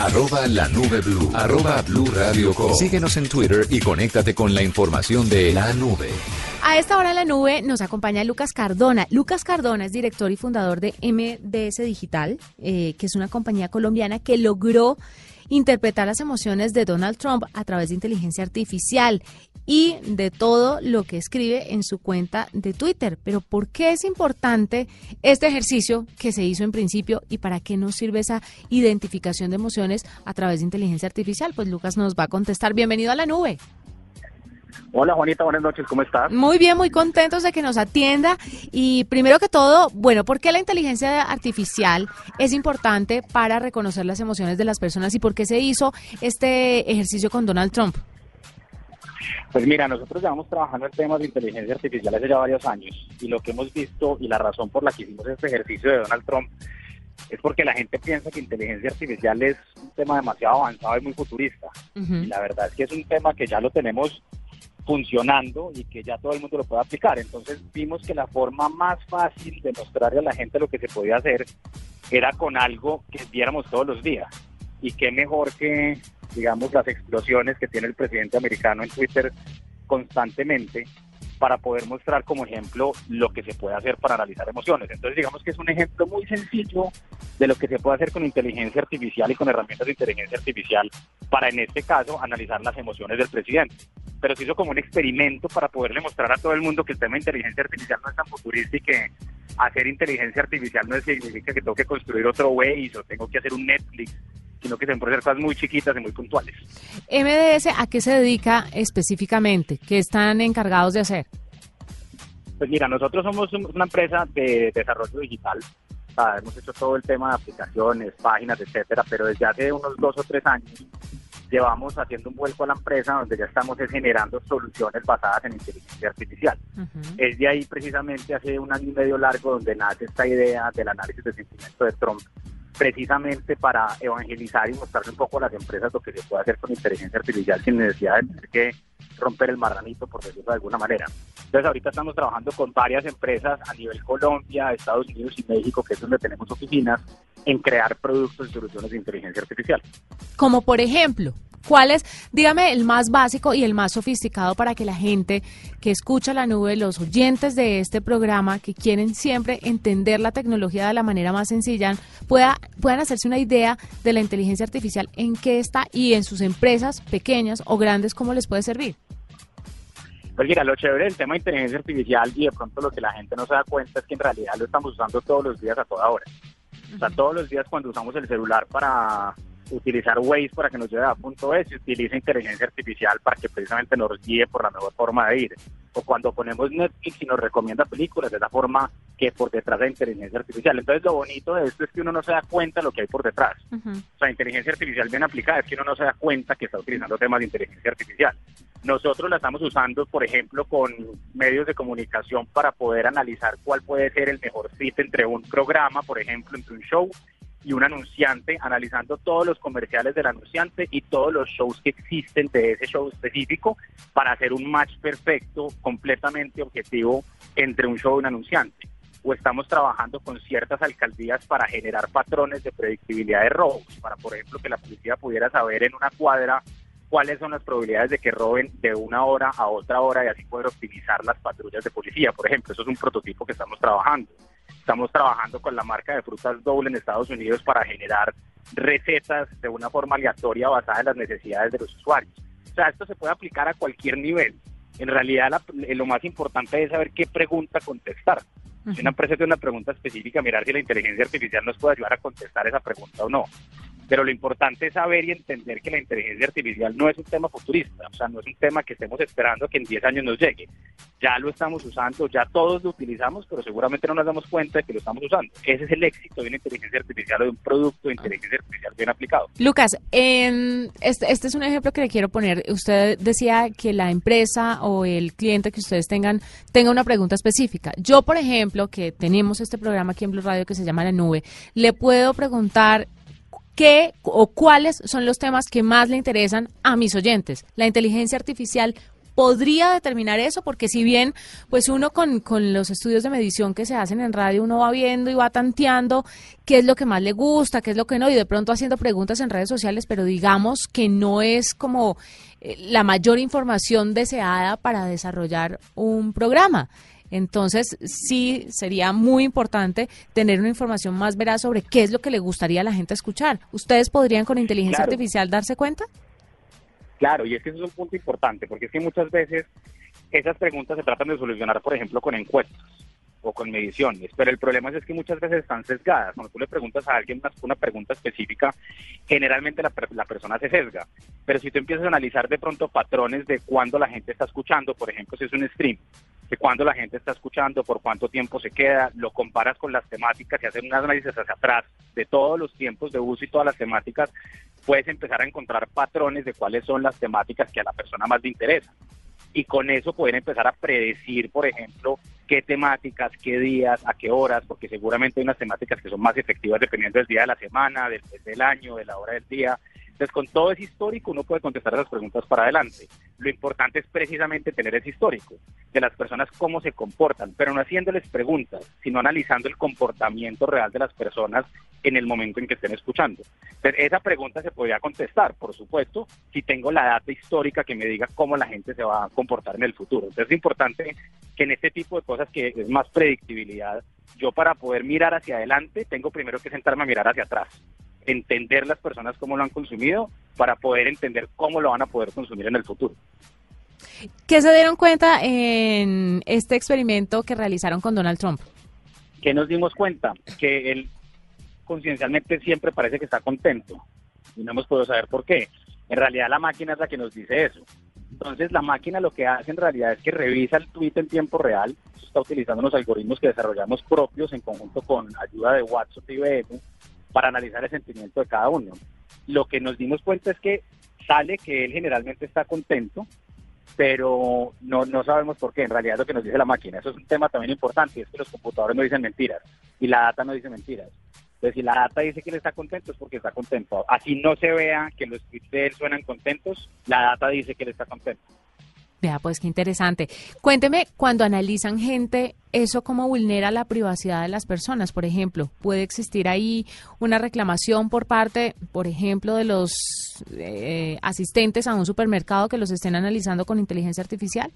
@lanubeblu, @BlueRadioCo. Síguenos en Twitter y conéctate con la información de La Nube. A esta hora en La Nube nos acompaña Lucas Cardona. Lucas Cardona es director y fundador de MDS Digital, que es una compañía colombiana que logró interpretar las emociones de Donald Trump a través de inteligencia artificial y de todo lo que escribe en su cuenta de Twitter. Pero ¿por qué es importante este ejercicio que se hizo en principio y para qué nos sirve esa identificación de emociones a través de inteligencia artificial? Pues Lucas nos va a contestar. Bienvenido a La Nube. Hola Juanita, buenas noches, ¿cómo estás? Muy bien, muy contentos de que nos atienda. Y primero que todo, bueno, ¿por qué la inteligencia artificial es importante para reconocer las emociones de las personas y por qué se hizo este ejercicio con Donald Trump? Pues mira, nosotros llevamos trabajando en temas de inteligencia artificial hace ya varios años y lo que hemos visto y la razón por la que hicimos este ejercicio de Donald Trump es porque la gente piensa que inteligencia artificial es un tema demasiado avanzado y muy futurista. Y la verdad es que es un tema que ya lo tenemos funcionando y que ya todo el mundo lo puede aplicar. Entonces vimos que la forma más fácil de mostrarle a la gente lo que se podía hacer era con algo que viéramos todos los días. Y qué mejor que, digamos, las explosiones que tiene el presidente americano en Twitter constantemente para poder mostrar como ejemplo lo que se puede hacer para analizar emociones. Entonces digamos que es un ejemplo muy sencillo de lo que se puede hacer con inteligencia artificial y con herramientas de inteligencia artificial para, en este caso, analizar las emociones del presidente. Pero se hizo como un experimento para poderle mostrar a todo el mundo que el tema de inteligencia artificial no es tan futurista y que hacer inteligencia artificial no significa que tengo que construir otro Waze o tengo que hacer un Netflix, sino que se pueden hacer cosas muy chiquitas y muy puntuales. MDS, ¿a qué se dedica específicamente? ¿Qué están encargados de hacer? Pues mira, nosotros somos una empresa de desarrollo digital. Hemos hecho todo el tema de aplicaciones, páginas, etcétera, pero desde hace unos 2 o 3 años llevamos haciendo un vuelco a la empresa donde ya estamos generando soluciones basadas en inteligencia artificial. Es de ahí precisamente hace 1 año y medio largo donde nace esta idea del análisis de sentimiento de Trump, precisamente para evangelizar y mostrarle un poco a las empresas lo que se puede hacer con inteligencia artificial sin necesidad de tener que romper el marranito, por decirlo de alguna manera. Entonces ahorita estamos trabajando con varias empresas a nivel Colombia, Estados Unidos y México, que es donde tenemos oficinas, en crear productos y soluciones de inteligencia artificial. Como por ejemplo, ¿cuál es, dígame, el más básico y el más sofisticado para que la gente que escucha La Nube, los oyentes de este programa, que quieren siempre entender la tecnología de la manera más sencilla, puedan hacerse una idea de la inteligencia artificial, en qué está y en sus empresas pequeñas o grandes, cómo les puede servir? Pues mira, lo chévere del tema de inteligencia artificial y de pronto lo que la gente no se da cuenta es que en realidad lo estamos usando todos los días a toda hora. O sea, todos los días cuando usamos el celular para utilizar Waze para que nos lleve a punto E, se utiliza inteligencia artificial para que precisamente nos guíe por la mejor forma de ir. O cuando ponemos Netflix y nos recomienda películas, de la forma que por detrás de inteligencia artificial. Entonces lo bonito de esto es que uno no se da cuenta de lo que hay por detrás. O sea, inteligencia artificial bien aplicada es que uno no se da cuenta que está utilizando temas de inteligencia artificial. Nosotros la estamos usando, por ejemplo, con medios de comunicación para poder analizar cuál puede ser el mejor fit entre un programa, por ejemplo, entre un show y un anunciante, analizando todos los comerciales del anunciante y todos los shows que existen de ese show específico para hacer un match perfecto, completamente objetivo entre un show y un anunciante. O estamos trabajando con ciertas alcaldías para generar patrones de predictibilidad de robos, para, por ejemplo, que la policía pudiera saber en una cuadra cuáles son las probabilidades de que roben de una hora a otra hora y así poder optimizar las patrullas de policía, por ejemplo. Eso es un prototipo que estamos trabajando. Estamos trabajando con la marca de frutas Dole en Estados Unidos para generar recetas de una forma aleatoria basada en las necesidades de los usuarios. O sea, esto se puede aplicar a cualquier nivel. En realidad, lo más importante es saber qué pregunta contestar. Si una empresa tiene una pregunta específica, mirar si la inteligencia artificial nos puede ayudar a contestar esa pregunta o no. Pero lo importante es saber y entender que la inteligencia artificial no es un tema futurista, o sea, no es un tema que estemos esperando que en 10 años nos llegue. Ya lo estamos usando, ya todos lo utilizamos, pero seguramente no nos damos cuenta de que lo estamos usando. Ese es el éxito de una inteligencia artificial o de un producto de inteligencia artificial bien aplicado. Lucas, este es un ejemplo que le quiero poner. Usted decía que la empresa o el cliente que ustedes tenga una pregunta específica. Yo, por ejemplo, que tenemos este programa aquí en Blue Radio que se llama La Nube, le puedo preguntar ¿qué o cuáles son los temas que más le interesan a mis oyentes? La inteligencia artificial podría determinar eso, porque si bien pues uno con los estudios de medición que se hacen en radio, uno va viendo y va tanteando qué es lo que más le gusta, qué es lo que no, y de pronto haciendo preguntas en redes sociales, pero digamos que no es como la mayor información deseada para desarrollar un programa. Entonces, sí sería muy importante tener una información más veraz sobre qué es lo que le gustaría a la gente escuchar. ¿Ustedes podrían con inteligencia artificial darse cuenta? Claro, y es que eso es un punto importante, porque es que muchas veces esas preguntas se tratan de solucionar, por ejemplo, con encuestas o con mediciones, pero el problema es que muchas veces están sesgadas. Cuando tú le preguntas a alguien una pregunta específica, generalmente la persona se sesga, pero si tú empiezas a analizar de pronto patrones de cuándo la gente está escuchando, por ejemplo, si es un stream, de cuándo la gente está escuchando, por cuánto tiempo se queda, lo comparas con las temáticas y hacer un análisis hacia atrás de todos los tiempos de uso y todas las temáticas, puedes empezar a encontrar patrones de cuáles son las temáticas que a la persona más le interesan. Y con eso poder empezar a predecir, por ejemplo, qué temáticas, qué días, a qué horas, porque seguramente hay unas temáticas que son más efectivas dependiendo del día de la semana, del mes del año, de la hora del día. Entonces, con todo ese histórico uno puede contestar esas preguntas para adelante. Lo importante es precisamente tener ese histórico de las personas, cómo se comportan, pero no haciéndoles preguntas, sino analizando el comportamiento real de las personas en el momento en que estén escuchando. Entonces, esa pregunta se podría contestar, por supuesto, si tengo la data histórica que me diga cómo la gente se va a comportar en el futuro. Entonces, es importante que en este tipo de cosas que es más predictibilidad, yo para poder mirar hacia adelante, tengo primero que sentarme a mirar hacia atrás, entender las personas cómo lo han consumido para poder entender cómo lo van a poder consumir en el futuro. ¿Qué se dieron cuenta en este experimento que realizaron con Donald Trump? ¿Qué nos dimos cuenta? Que él conciencialmente siempre parece que está contento y no hemos podido saber por qué. En realidad la máquina es la que nos dice eso. Entonces la máquina lo que hace en realidad es que revisa el tweet en tiempo real, está utilizando unos algoritmos que desarrollamos propios en conjunto con ayuda de WhatsApp y IBM, para analizar el sentimiento de cada uno. Lo que nos dimos cuenta es que sale que él generalmente está contento, pero no sabemos por qué. En realidad es lo que nos dice la máquina. Eso es un tema también importante, y es que los computadores no dicen mentiras y la data no dice mentiras. Entonces, si la data dice que él está contento, es porque está contento. Así no se vea que los tweets de él suenan contentos, la data dice que él está contento. Vea, pues qué interesante. Cuénteme, cuando analizan gente, ¿eso cómo vulnera la privacidad de las personas? Por ejemplo, ¿puede existir ahí una reclamación por parte, por ejemplo, de los asistentes a un supermercado que los estén analizando con inteligencia artificial?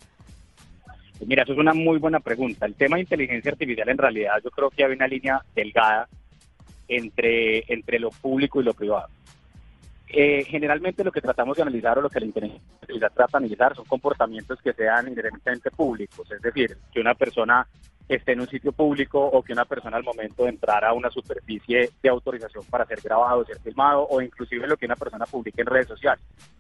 Mira, eso es una muy buena pregunta. El tema de inteligencia artificial, en realidad, yo creo que hay una línea delgada entre lo público y lo privado. Generalmente lo que tratamos de analizar o lo que la inteligencia artificial trata de analizar son comportamientos que sean inherentemente públicos, es decir, que una persona esté en un sitio público o que una persona al momento de entrar a una superficie de autorización para ser grabado, ser filmado, o inclusive lo que una persona publique en redes sociales.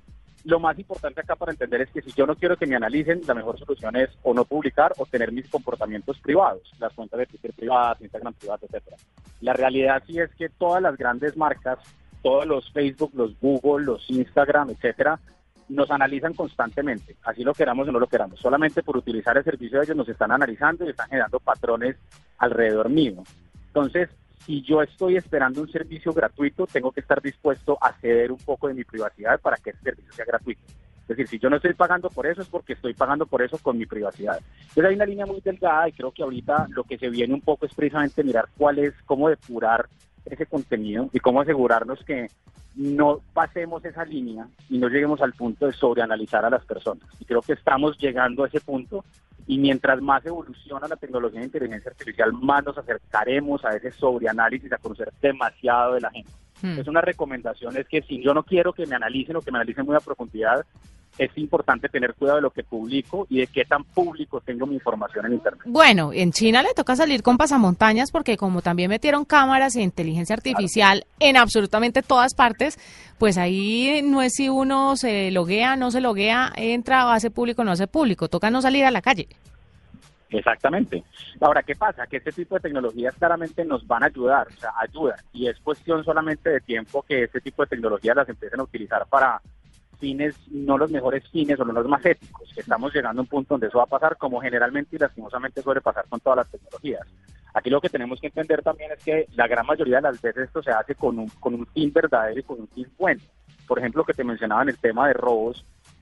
Lo más importante acá para entender es que si yo no quiero que me analicen, la mejor solución es o no publicar o tener mis comportamientos privados, las cuentas de Twitter privadas, Instagram privadas, etcétera. La realidad sí es que todas las grandes marcas, todos los Facebook, los Google, los Instagram, etcétera, nos analizan constantemente, así lo queramos o no lo queramos. Solamente por utilizar el servicio de ellos nos están analizando y están generando patrones alrededor mío. Entonces, si yo estoy esperando un servicio gratuito, tengo que estar dispuesto a ceder un poco de mi privacidad para que ese servicio sea gratuito. Es decir, si yo no estoy pagando por eso, es porque estoy pagando por eso con mi privacidad. Entonces hay una línea muy delgada y creo que ahorita lo que se viene un poco es precisamente mirar cómo depurar ese contenido y cómo asegurarnos que no pasemos esa línea y no lleguemos al punto de sobreanalizar a las personas. Y creo que estamos llegando a ese punto, y mientras más evoluciona la tecnología de inteligencia artificial, más nos acercaremos a ese sobreanálisis, a conocer demasiado de la gente. Es una recomendación, es que si yo no quiero que me analicen o que me analicen muy a profundidad, es importante tener cuidado de lo que publico y de qué tan público tengo mi información en Internet. Bueno, en China le toca salir con pasamontañas porque como también metieron cámaras e inteligencia artificial en absolutamente todas partes, pues ahí no es si uno se loguea, no se loguea, entra o hace público o no hace público, toca no salir a la calle. Exactamente. Ahora, ¿qué pasa? Que este tipo de tecnologías claramente nos van a ayudar, o sea, ayudan, y es cuestión solamente de tiempo que este tipo de tecnologías las empiecen a utilizar para fines, no los mejores fines o los más éticos, que estamos llegando a un punto donde eso va a pasar, como generalmente y lastimosamente suele pasar con todas las tecnologías. Aquí lo que tenemos que entender también es que la gran mayoría de las veces esto se hace con un fin verdadero y con un fin bueno. Por ejemplo, que te mencionaba en el tema de robos,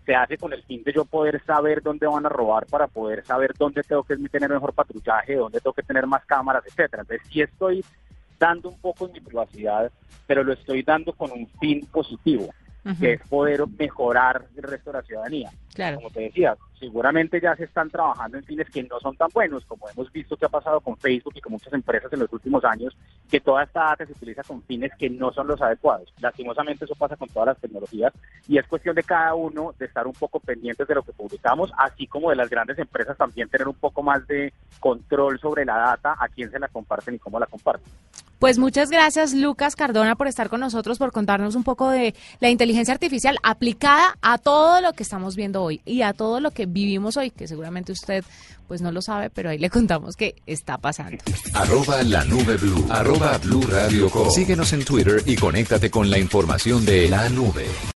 se hace con el fin de yo poder saber dónde van a robar, para poder saber dónde tengo que tener mejor patrullaje, dónde tengo que tener más cámaras, etcétera. Entonces sí estoy dando un poco en mi privacidad, pero lo estoy dando con un fin positivo, que es poder mejorar el resto de la ciudadanía. Claro. Como te decía, seguramente ya se están trabajando en fines que no son tan buenos, como hemos visto que ha pasado con Facebook y con muchas empresas en los últimos años, que toda esta data se utiliza con fines que no son los adecuados. Lastimosamente eso pasa con todas las tecnologías y es cuestión de cada uno de estar un poco pendientes de lo que publicamos, así como de las grandes empresas también tener un poco más de control sobre la data, a quién se la comparten y cómo la comparten. Pues muchas gracias, Lucas Cardona, por estar con nosotros, por contarnos un poco de la inteligencia artificial aplicada a todo lo que estamos viendo hoy y a todo lo que vivimos hoy, que seguramente usted pues no lo sabe, pero ahí le contamos que está pasando. @lanubeblu, @Blue Radio Co. Síguenos en Twitter y conéctate con la información de La Nube.